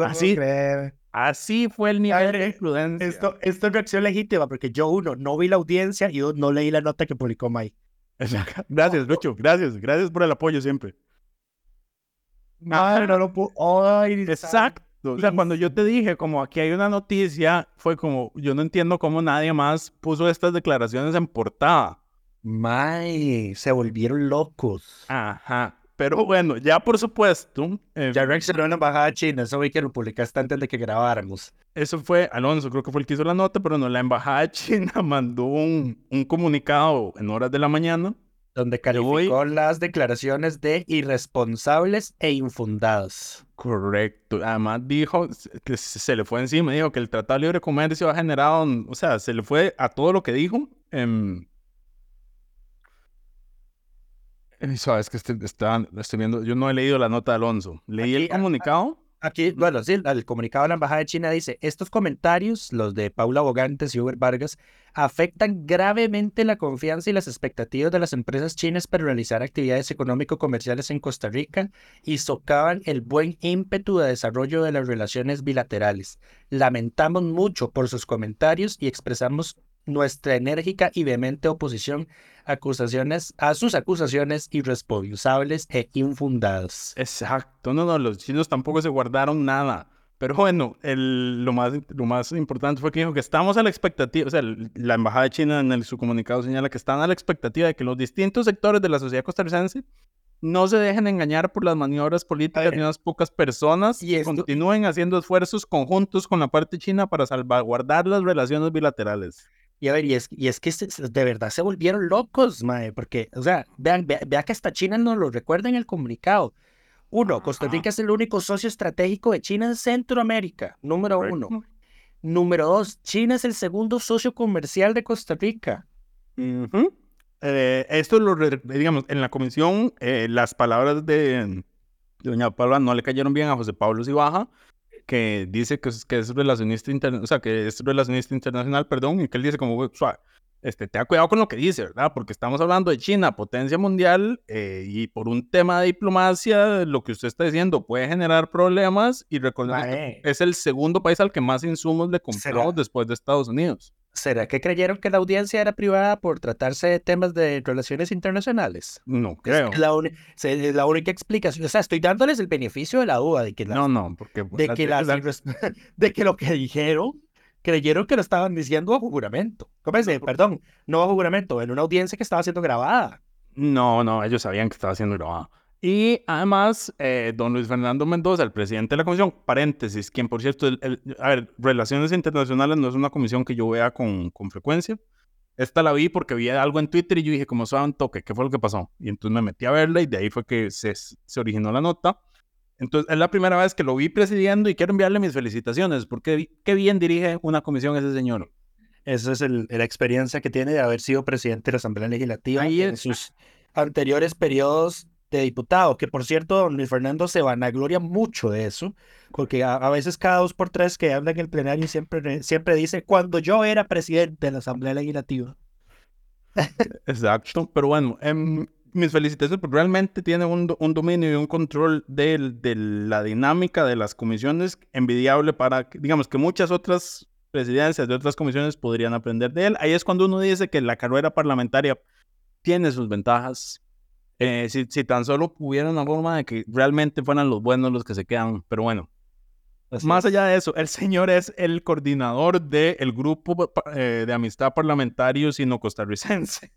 Así fue el nivel de influencia. Esto es reacción legítima, porque yo, no vi la audiencia y no leí la nota que publicó Mike. Gracias, Lucho. Gracias por el apoyo siempre. No lo puedo. Exacto. O sea, cuando yo te dije, como aquí hay una noticia, fue como, yo no entiendo cómo nadie más puso estas declaraciones en portada. Se volvieron locos. Ajá. Pero bueno, ya por supuesto. Ya reaccionó en la embajada china, eso vi que lo publicaste antes de que grabáramos. Eso fue Alonso, creo que fue el que hizo la nota, pero no, la embajada china mandó un comunicado en horas de la mañana. Donde calificó las declaraciones de irresponsables e infundadas. Correcto. Además dijo que se le fue encima, dijo que el Tratado de Libre Comercio ha generado, o sea, se le fue a todo lo que dijo. Sabes que estoy viendo, yo no he leído la nota de Alonso. Leí el comunicado. Aquí, bueno, sí, el comunicado de la Embajada de China dice, estos comentarios, los de Paula Bogantes y Hubert Vargas, afectan gravemente la confianza y las expectativas de las empresas chinas para realizar actividades económico-comerciales en Costa Rica y socavan el buen ímpetu de desarrollo de las relaciones bilaterales. Lamentamos mucho por sus comentarios y expresamos nuestra enérgica y vehemente oposición a sus acusaciones irresponsables e infundadas. Exacto, no, los chinos tampoco se guardaron nada. Pero bueno, lo más importante fue que dijo que estamos a la expectativa, o sea, la Embajada de China en su comunicado señala que están a la expectativa de que los distintos sectores de la sociedad costarricense no se dejen engañar por las maniobras políticas de unas pocas personas y continúen haciendo esfuerzos conjuntos con la parte china para salvaguardar las relaciones bilaterales. Y a ver, y es que de verdad se volvieron locos, mae, porque, o sea, vea que hasta China nos lo recuerda en el comunicado. Uno, Costa Rica es el único socio estratégico de China en Centroamérica, número uno. Número dos, China es el segundo socio comercial de Costa Rica. Esto digamos, en la comisión, las palabras de doña Paula no le cayeron bien a José Pablo Cibaja, que dice que es relacionista internacional, y que él dice como, suave, tenga cuidado con lo que dice, ¿verdad? Porque estamos hablando de China, potencia mundial, y por un tema de diplomacia, lo que usted está diciendo puede generar problemas, y recordemos que es el segundo país al que más insumos le compramos después de Estados Unidos. ¿Será que creyeron que la audiencia era privada por tratarse de temas de relaciones internacionales? No creo. Es la única explicación. O sea, estoy dándoles el beneficio de la duda de que porque de que lo que dijeron, creyeron que lo estaban diciendo bajo juramento. ¿Cómo es? Perdón, no bajo juramento, en una audiencia que estaba siendo grabada. No, ellos sabían que estaba siendo grabada. Y además, don Luis Fernando Mendoza, el presidente de la comisión, paréntesis, quien por cierto, a ver, Relaciones Internacionales no es una comisión que yo vea con frecuencia. Esta la vi porque vi algo en Twitter y yo dije, como suave un toque, ¿qué fue lo que pasó? Y entonces me metí a verla y de ahí fue que se originó la nota. Entonces, es la primera vez que lo vi presidiendo y quiero enviarle mis felicitaciones porque qué bien dirige una comisión ese señor. Esa es la experiencia que tiene de haber sido presidente de la Asamblea Legislativa en sus anteriores periodos de diputado, que por cierto, don Luis Fernando se vanagloria mucho de eso, porque a veces cada 2 por 3 que habla en el plenario siempre dice, cuando yo era presidente de la Asamblea Legislativa. Exacto, pero bueno, mis felicitaciones porque realmente tiene un dominio y un control de la dinámica de las comisiones envidiable para, digamos, que muchas otras presidencias de otras comisiones podrían aprender de él. Ahí es cuando uno dice que la carrera parlamentaria tiene sus ventajas. Si tan solo hubiera una forma de que realmente fueran los buenos los que se quedan, pero bueno. Más allá de eso, el señor es el coordinador del grupo de amistad parlamentario sino-costarricense.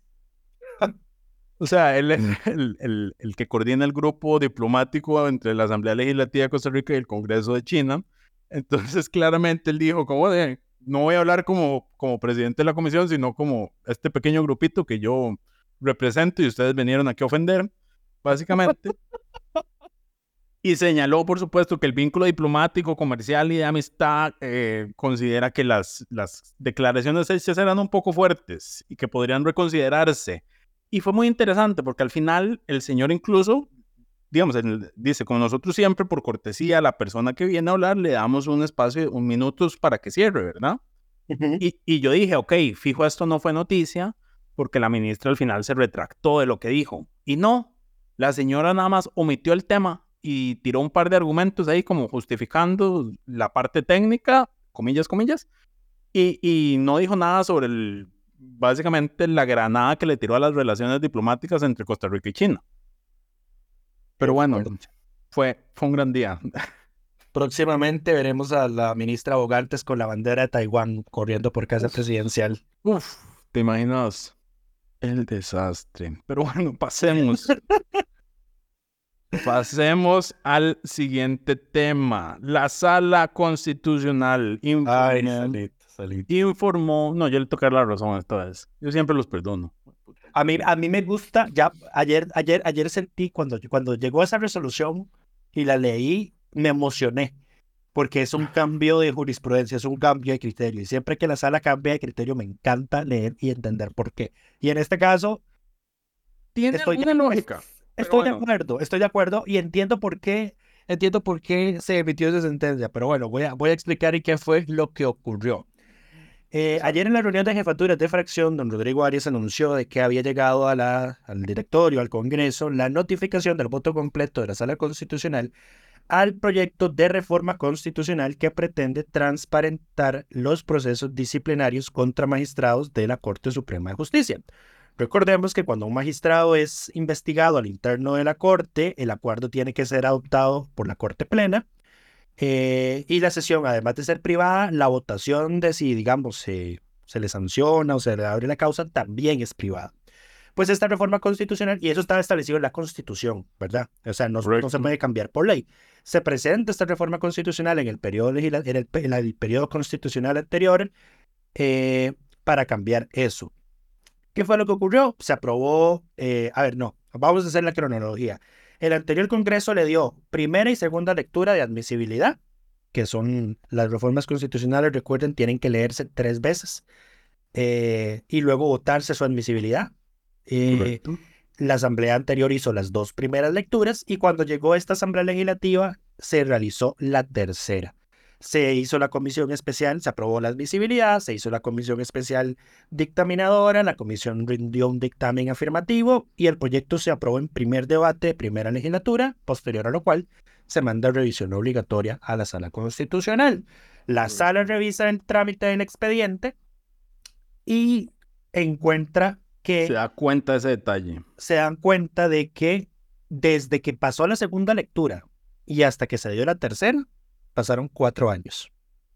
O sea, él es el que coordina el grupo diplomático entre la Asamblea Legislativa de Costa Rica y el Congreso de China. Entonces, claramente él dijo, no voy a hablar como presidente de la comisión, sino como este pequeño grupito que yo represento y ustedes vinieron aquí a ofender, básicamente. Y señaló, por supuesto, que el vínculo diplomático, comercial y de amistad considera que las declaraciones hechas eran un poco fuertes y que podrían reconsiderarse. Y fue muy interesante porque al final el señor incluso, digamos, dice, como nosotros siempre por cortesía a la persona que viene a hablar le damos un espacio, un minutos para que cierre, ¿verdad? Uh-huh. Y yo dije, ok, fijo, esto no fue noticia porque la ministra al final se retractó de lo que dijo. Y no, la señora nada más omitió el tema y tiró un par de argumentos ahí como justificando la parte técnica, comillas, y no dijo nada sobre básicamente la granada que le tiró a las relaciones diplomáticas entre Costa Rica y China. Pero bueno, fue un gran día. Próximamente veremos a la ministra Bogartes con la bandera de Taiwán corriendo por casa presidencial. Uf, ¿te imaginas? El desastre. Pero bueno, pasemos. Pasemos al siguiente tema. La Sala Constitucional informó... No, yo le toqué la razón esta vez. Yo siempre los perdono. A mí me gusta, ya ayer sentí cuando llegó esa resolución y la leí, me emocioné, porque es un cambio de jurisprudencia, es un cambio de criterio, y siempre que la sala cambia de criterio me encanta leer y entender por qué. Y en este caso... Tiene una lógica. Estoy de acuerdo y entiendo por qué se emitió esa sentencia, pero bueno, voy a explicar qué fue lo que ocurrió. Ayer en la reunión de jefaturas de fracción, don Rodrigo Arias anunció de que había llegado al directorio, al Congreso, la notificación del voto completo de la Sala Constitucional al proyecto de reforma constitucional que pretende transparentar los procesos disciplinarios contra magistrados de la Corte Suprema de Justicia. Recordemos que cuando un magistrado es investigado al interno de la Corte, el acuerdo tiene que ser adoptado por la Corte Plena. Y la sesión, además de ser privada, la votación de si, digamos, se le sanciona o se le abre la causa también es privada. Pues esta reforma constitucional, y eso estaba establecido en la Constitución, ¿verdad? O sea, no se puede cambiar por ley. Se presenta esta reforma constitucional en el periodo el periodo constitucional anterior para cambiar eso. ¿Qué fue lo que ocurrió? Se aprobó, vamos a hacer la cronología. El anterior Congreso le dio primera y segunda lectura de admisibilidad, que son las reformas constitucionales, recuerden, tienen que leerse 3 veces y luego votarse su admisibilidad. La asamblea anterior hizo las 2 primeras lecturas y cuando llegó esta asamblea legislativa se realizó la tercera. Se hizo la comisión especial, se aprobó la admisibilidad, se hizo la comisión especial dictaminadora, la comisión rindió un dictamen afirmativo y el proyecto se aprobó en primer debate de primera legislatura, posterior a lo cual se manda a revisión obligatoria a la Sala Constitucional. La Sala revisa el trámite del expediente y encuentra que... Se da cuenta de ese detalle. Se dan cuenta de que desde que pasó la segunda lectura y hasta que se dio la tercera, pasaron 4 años.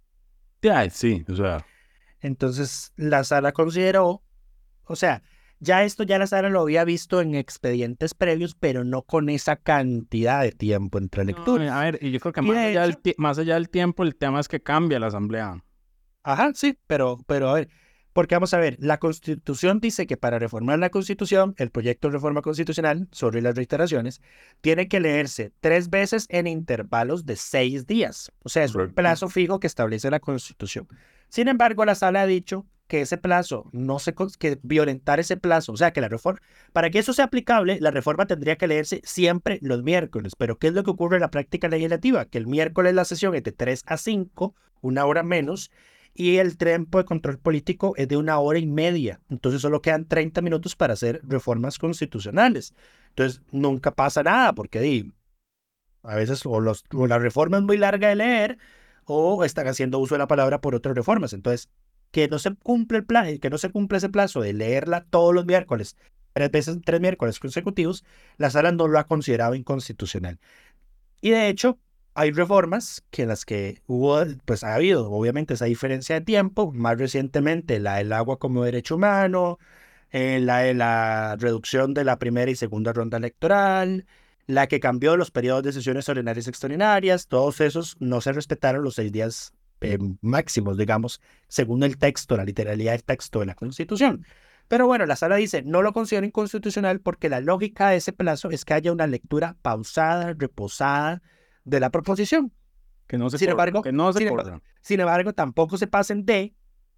Sí, o sea. Entonces la Sala consideró, o sea, ya la Sala lo había visto en expedientes previos, pero no con esa cantidad de tiempo entre lecturas. A ver, y yo creo que más allá del tiempo, el tema es que cambia la Asamblea. Ajá, sí, pero a ver, porque vamos a ver, la Constitución dice que para reformar la Constitución, el proyecto de reforma constitucional sobre las reiteraciones, tiene que leerse 3 veces en intervalos de 6 días. O sea, es un plazo fijo que establece la Constitución. Sin embargo, la Sala ha dicho que ese plazo, que violentar ese plazo, o sea, que la reforma, para que eso sea aplicable, la reforma tendría que leerse siempre los miércoles. Pero ¿qué es lo que ocurre en la práctica legislativa? Que el miércoles la sesión es de 3 a 5, 1 hora menos, y el tiempo de control político es de 1 hora y media. Entonces solo quedan 30 minutos para hacer reformas constitucionales. Entonces nunca pasa nada porque a veces o la reforma es muy larga de leer o están haciendo uso de la palabra por otras reformas. Entonces, que no se cumple que no se cumple ese plazo de leerla todos los miércoles, 3 miércoles consecutivos, la Sala no lo ha considerado inconstitucional. Y de hecho, hay reformas que en las que ha habido, obviamente, esa diferencia de tiempo. Más recientemente, la del agua como derecho humano, la de la reducción de la primera y segunda ronda electoral, la que cambió los periodos de sesiones ordinarias y extraordinarias. Todos esos no se respetaron los 6 días máximos, digamos, según el texto, la literalidad del texto de la Constitución. Pero bueno, la Sala dice, no lo considero inconstitucional porque la lógica de ese plazo es que haya una lectura pausada, reposada, de la proposición. Que no se sin embargo, sin embargo, tampoco se pasen de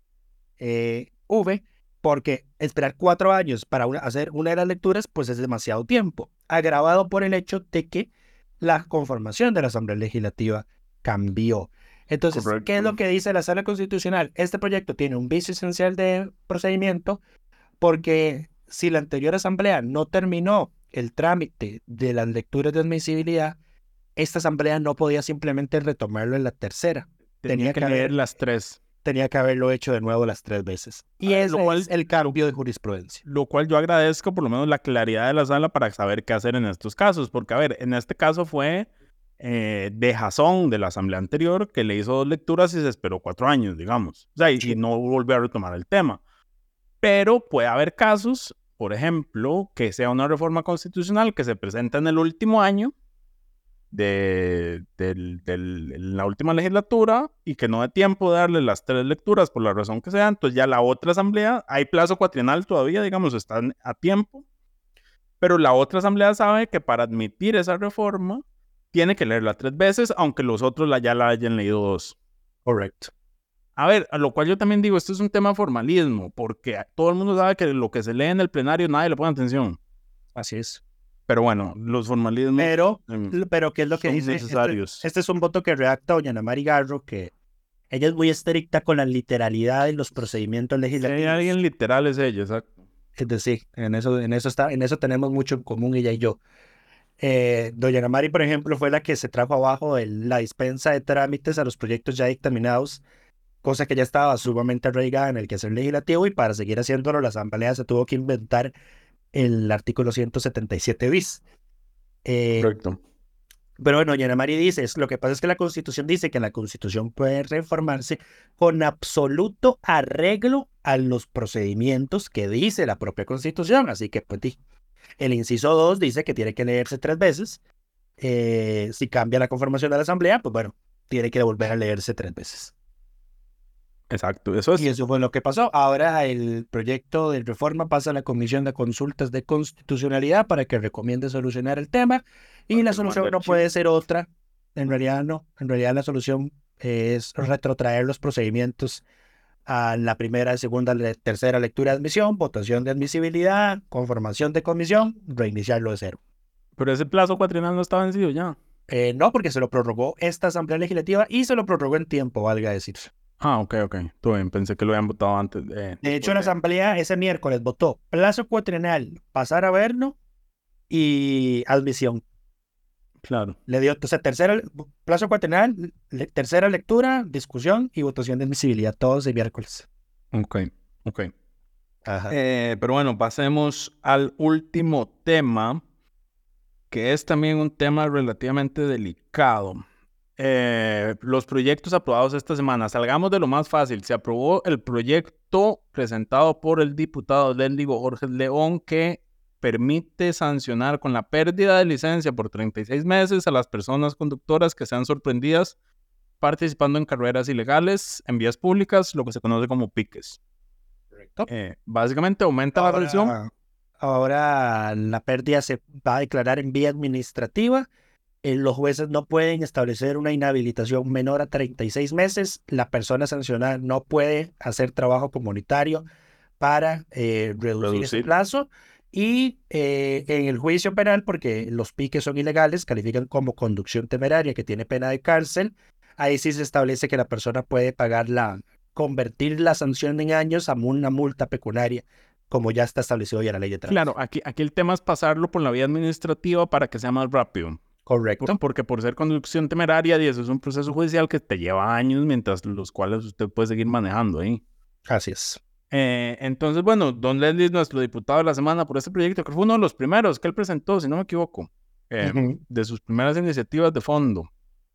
porque esperar 4 años para hacer una de las lecturas, pues es demasiado tiempo, agravado por el hecho de que la conformación de la Asamblea Legislativa cambió. Entonces, correcto. ¿Qué es lo que dice la Sala Constitucional? Este proyecto tiene un vicio esencial de procedimiento porque si la anterior Asamblea no terminó el trámite de las lecturas de admisibilidad, esta Asamblea no podía simplemente retomarlo en la tercera. Tenía que leer las 3. Tenía que haberlo hecho de nuevo las 3 veces. Y es el cambio de jurisprudencia. Lo cual yo agradezco por lo menos la claridad de la Sala para saber qué hacer en estos casos. Porque, a ver, en este caso fue dejazón de la Asamblea anterior que le hizo 2 lecturas y se esperó 4 años, digamos. O sea, y no volvió a retomar el tema. Pero puede haber casos, por ejemplo, que sea una reforma constitucional que se presenta en el último año de la última legislatura y que no dé tiempo de darle las 3 lecturas por la razón que sea. Entonces ya la otra asamblea, hay plazo cuatrienal todavía, digamos, están a tiempo, pero la otra asamblea sabe que para admitir esa reforma tiene que leerla 3 veces, aunque los otros ya la hayan leído 2. Correcto. A ver, a lo cual yo también digo, esto es un tema de formalismo, porque todo el mundo sabe que lo que se lee en el plenario nadie le pone atención. Así es. Pero bueno, los formalismos... Pero ¿qué es lo que dice? Necesarios. Este es un voto que redacta doña Ana Mari Garro, que ella es muy estricta con la literalidad de los procedimientos legislativos. Si hay alguien literal es ella, exacto. Es decir, en eso tenemos mucho en común ella y yo. Doña Ana Mari, por ejemplo, fue la que se trajo abajo la dispensa de trámites a los proyectos ya dictaminados, cosa que ya estaba sumamente arraigada en el quehacer legislativo, y para seguir haciéndolo la Asamblea se tuvo que inventar el artículo 177 bis. Correcto. Pero bueno, Ana Mari dice, lo que pasa es que la Constitución dice que la Constitución puede reformarse con absoluto arreglo a los procedimientos que dice la propia Constitución. Así que, pues, el inciso 2 dice que tiene que leerse 3 veces. Si cambia la conformación de la Asamblea, pues bueno, tiene que volver a leerse 3 veces. Exacto, eso es. Y eso fue lo que pasó. Ahora el proyecto de reforma pasa a la Comisión de Consultas de Constitucionalidad para que recomiende solucionar el tema. Y la solución no puede ser otra. En realidad no. En realidad la solución es retrotraer los procedimientos a la primera, segunda, tercera lectura de admisión, votación de admisibilidad, conformación de comisión, reiniciarlo de cero. Pero ese plazo cuatrienal no está vencido ya. No, porque se lo prorrogó esta Asamblea Legislativa y se lo prorrogó en tiempo, valga decir. Ok. Todo bien, pensé que lo habían votado antes. De hecho, la Asamblea ese miércoles votó plazo cuatrienal, pasar a verlo y admisión. Claro. Le dio, entonces, plazo cuatrienal, tercera lectura, discusión y votación de admisibilidad, todos el miércoles. Ok. Ajá. Pero bueno, pasemos al último tema, que es también un tema relativamente delicado. Los proyectos aprobados esta semana. Salgamos de lo más fácil. Se aprobó el proyecto presentado por el diputado Léndigo Jorge León que permite sancionar con la pérdida de licencia por 36 meses a las personas conductoras que sean sorprendidas participando en carreras ilegales en vías públicas, lo que se conoce como piques. Correcto. Básicamente aumenta la sanción. Ahora la pérdida se va a declarar en vía administrativa. Los jueces no pueden establecer una inhabilitación menor a 36 meses. La persona sancionada no puede hacer trabajo comunitario para reducir ese plazo. Y en el juicio penal, porque los piques son ilegales, califican como conducción temeraria que tiene pena de cárcel. Ahí sí se establece que la persona puede convertir la sanción en años a una multa pecuniaria, como ya está establecido ya en la ley de tránsito. Claro, aquí el tema es pasarlo por la vía administrativa para que sea más rápido. Correcto. Porque por ser conducción temeraria, y eso es un proceso judicial que te lleva años, mientras los cuales usted puede seguir manejando ahí. Así es. Entonces, bueno, don Leslie, nuestro diputado de la semana por este proyecto, que fue uno de los primeros que él presentó, si no me equivoco, de sus primeras iniciativas de fondo.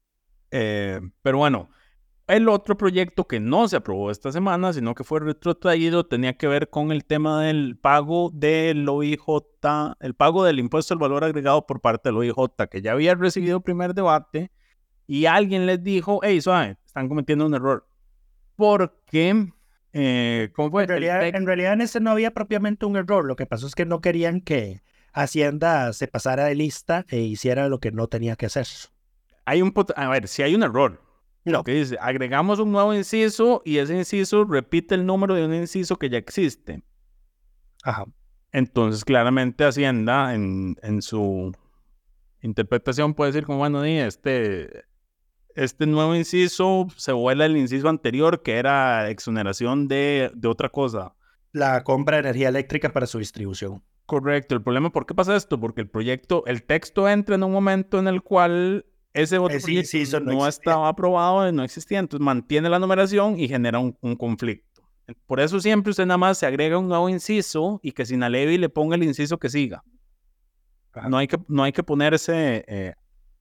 Pero bueno, el otro proyecto que no se aprobó esta semana, sino que fue retrotraído, tenía que ver con el tema del pago del OIJ, el pago del impuesto al valor agregado por parte del OIJ, que ya había recibido primer debate, y alguien les dijo, hey, suave, están cometiendo un error. Porque, ¿cómo fue? En realidad en ese no había propiamente un error, lo que pasó es que no querían que Hacienda se pasara de lista e hiciera lo que no tenía que hacer. A ver, si hay un error. No. Que dice, agregamos un nuevo inciso y ese inciso repite el número de un inciso que ya existe. Ajá. Entonces, claramente Hacienda en su interpretación puede decir como, bueno, este nuevo inciso se vuela el inciso anterior que era exoneración de otra cosa. La compra de energía eléctrica para su distribución. Correcto. El problema, ¿por qué pasa esto? Porque el texto entra en un momento en el cual ese otro proyecto no estaba aprobado, no existía, entonces mantiene la numeración y genera un conflicto. Por eso siempre usted nada más se agrega un nuevo inciso y que sin Alevi le ponga el inciso que siga. No hay que ponerse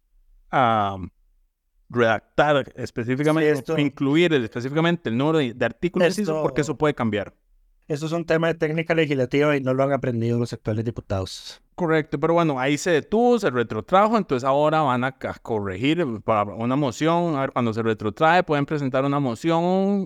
a redactar específicamente, incluir específicamente el número de artículos incisos, porque eso puede cambiar. Eso es un tema de técnica legislativa y no lo han aprendido los actuales diputados. Correcto, pero bueno, ahí se detuvo, se retrotrajo, entonces ahora van a corregir para una moción. A ver, cuando se retrotrae pueden presentar una moción,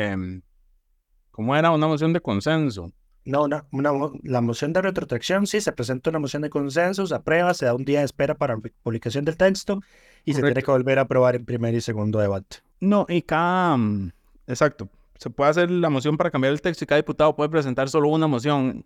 ¿cómo era? Una moción de consenso. No, la moción de retrotracción, sí, se presenta una moción de consenso, se aprueba, se da un día de espera para publicación del texto y se tiene que volver a aprobar en primer y segundo debate. No, y exacto. Se puede hacer la moción para cambiar el texto y cada diputado puede presentar solo una moción.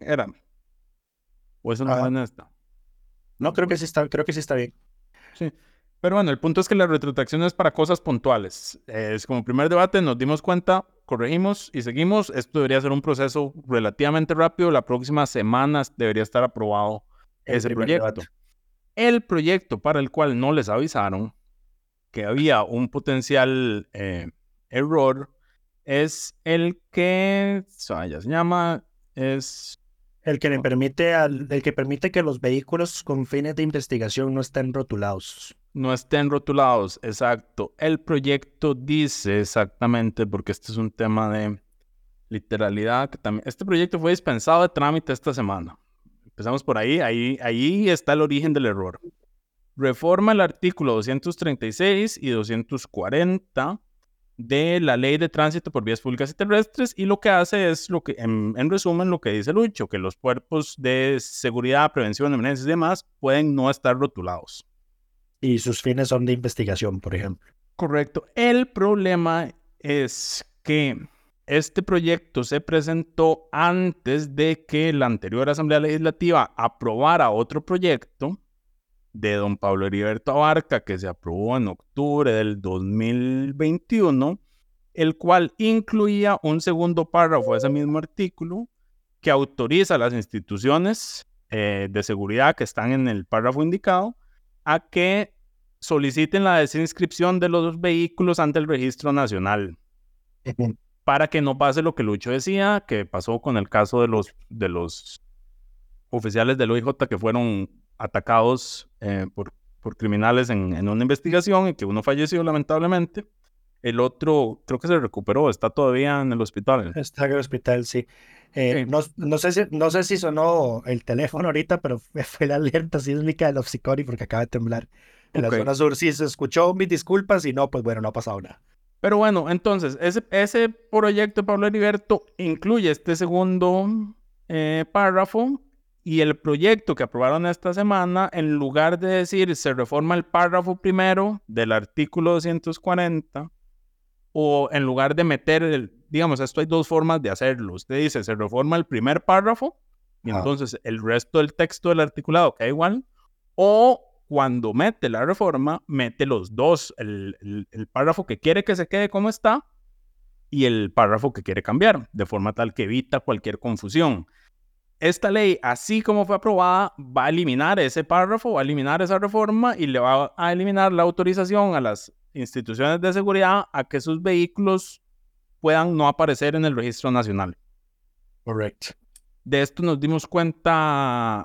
¿O eso no es esta? No, creo que sí está bien. Sí. Pero bueno, el punto es que la retrotracción es para cosas puntuales. Es como primer debate, nos dimos cuenta, corregimos y seguimos. Esto debería ser un proceso relativamente rápido. La próxima semana debería estar aprobado ese proyecto. Debate. El proyecto para el cual no les avisaron que había un potencial error es el que ya se llama, es el que permite que los vehículos con fines de investigación no estén rotulados. No estén rotulados, exacto. El proyecto dice exactamente, porque este es un tema de literalidad, que también este proyecto fue dispensado de trámite esta semana. Empezamos por ahí está el origen del error. Reforma el artículo 236 y 240 de la Ley de Tránsito por Vías Públicas y Terrestres, y lo que hace es, en resumen, lo que dice Lucho, que los cuerpos de seguridad, prevención, emergencias y demás pueden no estar rotulados. Y sus fines son de investigación, por ejemplo. Correcto. El problema es que este proyecto se presentó antes de que la anterior Asamblea Legislativa aprobara otro proyecto de don Pablo Heriberto Abarca, que se aprobó en octubre del 2021, el cual incluía un segundo párrafo de ese mismo artículo que autoriza a las instituciones de seguridad que están en el párrafo indicado a que soliciten la desinscripción de los vehículos ante el Registro Nacional para que no pase lo que Lucho decía, que pasó con el caso de los oficiales del OIJ que fueron atacados por criminales en una investigación y que uno falleció lamentablemente. El otro creo que se recuperó, está todavía en el hospital. Está en el hospital, sí. No sé si sonó el teléfono ahorita, pero fue la alerta sísmica del Opsicori porque acaba de temblar en la zona sur. Si se escuchó, mis disculpas, y no, pues bueno, no ha pasado nada. Pero bueno, entonces, ese proyecto de Pablo Heriberto incluye este segundo párrafo. Y el proyecto que aprobaron esta semana, en lugar de decir se reforma el párrafo primero del artículo 240, o en lugar de meter, digamos, esto hay dos formas de hacerlo. Usted dice se reforma el primer párrafo, y entonces el resto del texto del articulado queda igual, o cuando mete la reforma, mete los dos, el párrafo que quiere que se quede como está, y el párrafo que quiere cambiar, de forma tal que evita cualquier confusión. Esta ley, así como fue aprobada, va a eliminar ese párrafo, va a eliminar esa reforma y le va a eliminar la autorización a las instituciones de seguridad a que sus vehículos puedan no aparecer en el Registro Nacional. Correcto. De esto nos dimos cuenta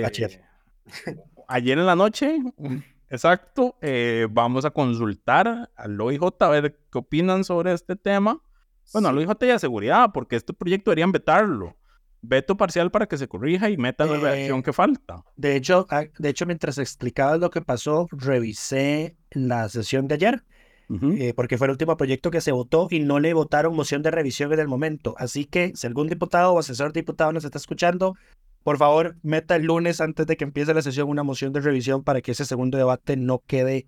ayer en la noche. Exacto. Vamos a consultar al OIJ a ver qué opinan sobre este tema. Bueno, al OIJ y a seguridad, porque este proyecto deberían vetarlo. Veto parcial para que se corrija y meta la redacción que falta. De hecho, mientras explicabas lo que pasó, revisé la sesión de ayer, porque fue el último proyecto que se votó y no le votaron moción de revisión en el momento. Así que si algún diputado o asesor de diputado nos está escuchando, por favor, meta el lunes antes de que empiece la sesión una moción de revisión para que ese segundo debate no quede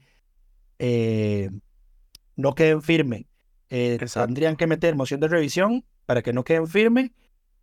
en firme. Tendrían que meter moción de revisión para que no quede en firme.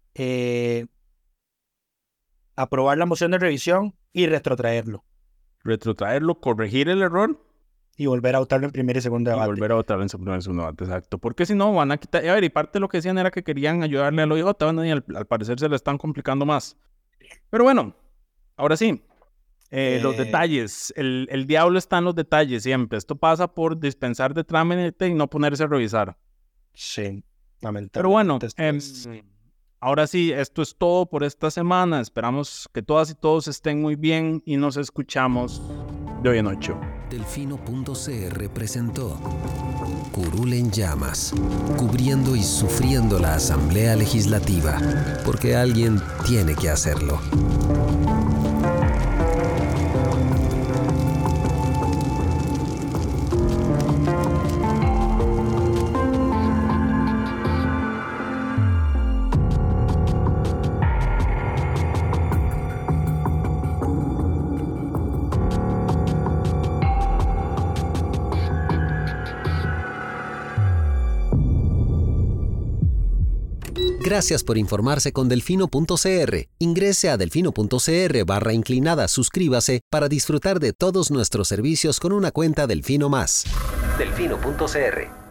Aprobar la moción de revisión y retrotraerlo, corregir el error y volver a votarlo en primer y segundo debate. Exacto, porque si no van a quitar. A ver, y parte de lo que decían era que querían ayudarle al OIJ, y al parecer se le están complicando más. Pero bueno, ahora sí, los detalles, el diablo está en los detalles siempre. Esto pasa por dispensar de trámite y no ponerse a revisar. Sí, lamentablemente. Pero bueno, ahora sí, esto es todo por esta semana. Esperamos que todas y todos estén muy bien y nos escuchamos de hoy en 8. Delfino.cr presentó Curul en llamas, cubriendo y sufriendo la Asamblea Legislativa, porque alguien tiene que hacerlo. Gracias por informarse con Delfino.cr. Ingrese a Delfino.cr/inclinada, suscríbase para disfrutar de todos nuestros servicios con una cuenta Delfino Más. Delfino.cr